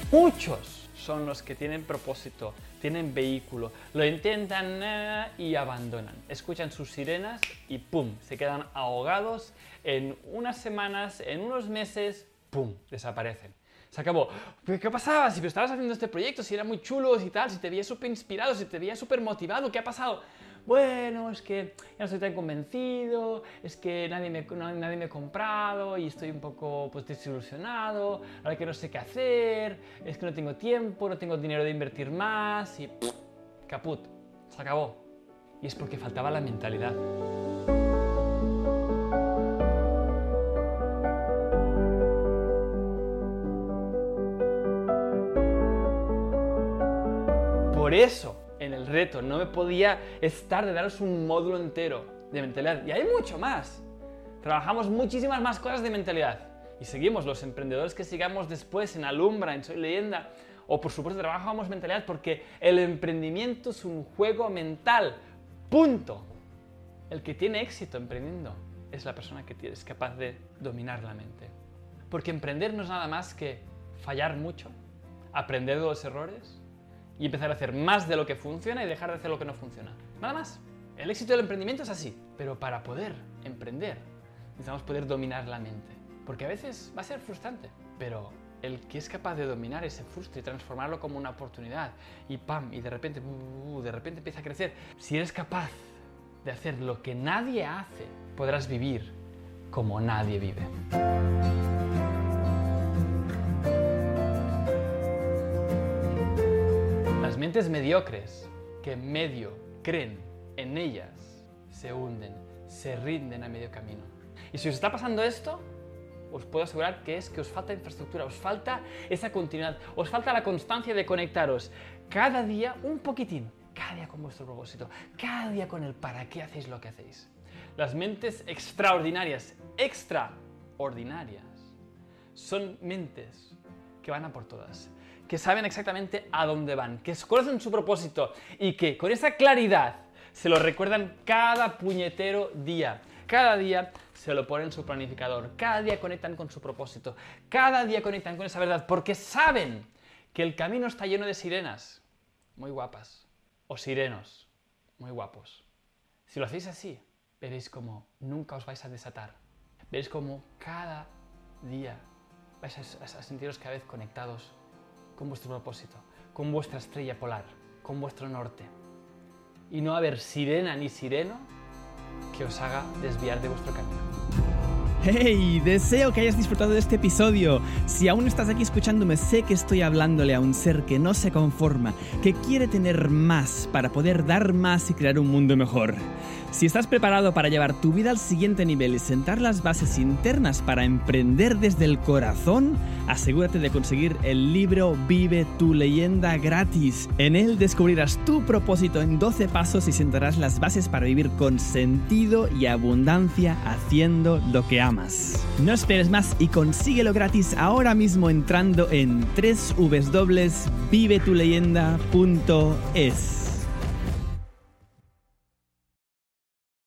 Muchos son los que tienen propósito, tienen vehículo, lo intentan y abandonan. Escuchan sus sirenas y ¡pum! Se quedan ahogados en unas semanas, en unos meses, ¡pum! Desaparecen. Se acabó. ¿Pero qué pasaba? Si estabas haciendo este proyecto, si era muy chulo y tal, si te veías súper inspirado, si te veías súper motivado, ¿qué ha pasado? Bueno, es que ya no estoy tan convencido, es que nadie me ha comprado y estoy un poco desilusionado, ahora que no sé qué hacer, es que no tengo tiempo, no tengo dinero de invertir más y caput, se acabó. Y es porque faltaba la mentalidad. Por eso, en el reto no me podía estar de daros un módulo entero de mentalidad. Y hay mucho más. Trabajamos muchísimas más cosas de mentalidad. Y seguimos, los emprendedores que sigamos después en Alumbra, en Soy Leyenda, o por supuesto trabajamos mentalidad porque el emprendimiento es un juego mental. Punto. El que tiene éxito emprendiendo es la persona que es capaz de dominar la mente. Porque emprender no es nada más que fallar mucho, aprender de los errores y empezar a hacer más de lo que funciona y dejar de hacer lo que no funciona. Nada más. El éxito del emprendimiento es así. Pero para poder emprender, necesitamos poder dominar la mente. Porque a veces va a ser frustrante, pero el que es capaz de dominar ese frustre y transformarlo como una oportunidad y ¡pam! Y de repente empieza a crecer. Si eres capaz de hacer lo que nadie hace, podrás vivir como nadie vive. Las mentes mediocres que medio creen en ellas se hunden, se rinden a medio camino. Y si os está pasando esto, os puedo asegurar que es que os falta infraestructura, os falta esa continuidad, os falta la constancia de conectaros cada día un poquitín, cada día con vuestro propósito, cada día con el para qué hacéis lo que hacéis. Las mentes extraordinarias, son mentes que van a por todas, que saben exactamente a dónde van, que conocen su propósito y que con esa claridad se lo recuerdan cada puñetero día. Cada día se lo ponen en su planificador, cada día conectan con su propósito, cada día conectan con esa verdad, porque saben que el camino está lleno de sirenas muy guapas o sirenos muy guapos. Si lo hacéis así, veréis como nunca os vais a desatar. Veréis como cada día vais a sentiros cada vez conectados con vuestro propósito, con vuestra estrella polar, con vuestro norte. Y no haber sirena ni sireno que os haga desviar de vuestro camino. ¡Hey! Deseo que hayas disfrutado de este episodio. Si aún estás aquí escuchándome, sé que estoy hablándole a un ser que no se conforma, que quiere tener más para poder dar más y crear un mundo mejor. Si estás preparado para llevar tu vida al siguiente nivel y sentar las bases internas para emprender desde el corazón, asegúrate de conseguir el libro Vive tu leyenda gratis. En él descubrirás tu propósito en 12 pasos y sentarás las bases para vivir con sentido y abundancia haciendo lo que amas. No esperes más y consíguelo gratis ahora mismo entrando en www.vivetuleyenda.es.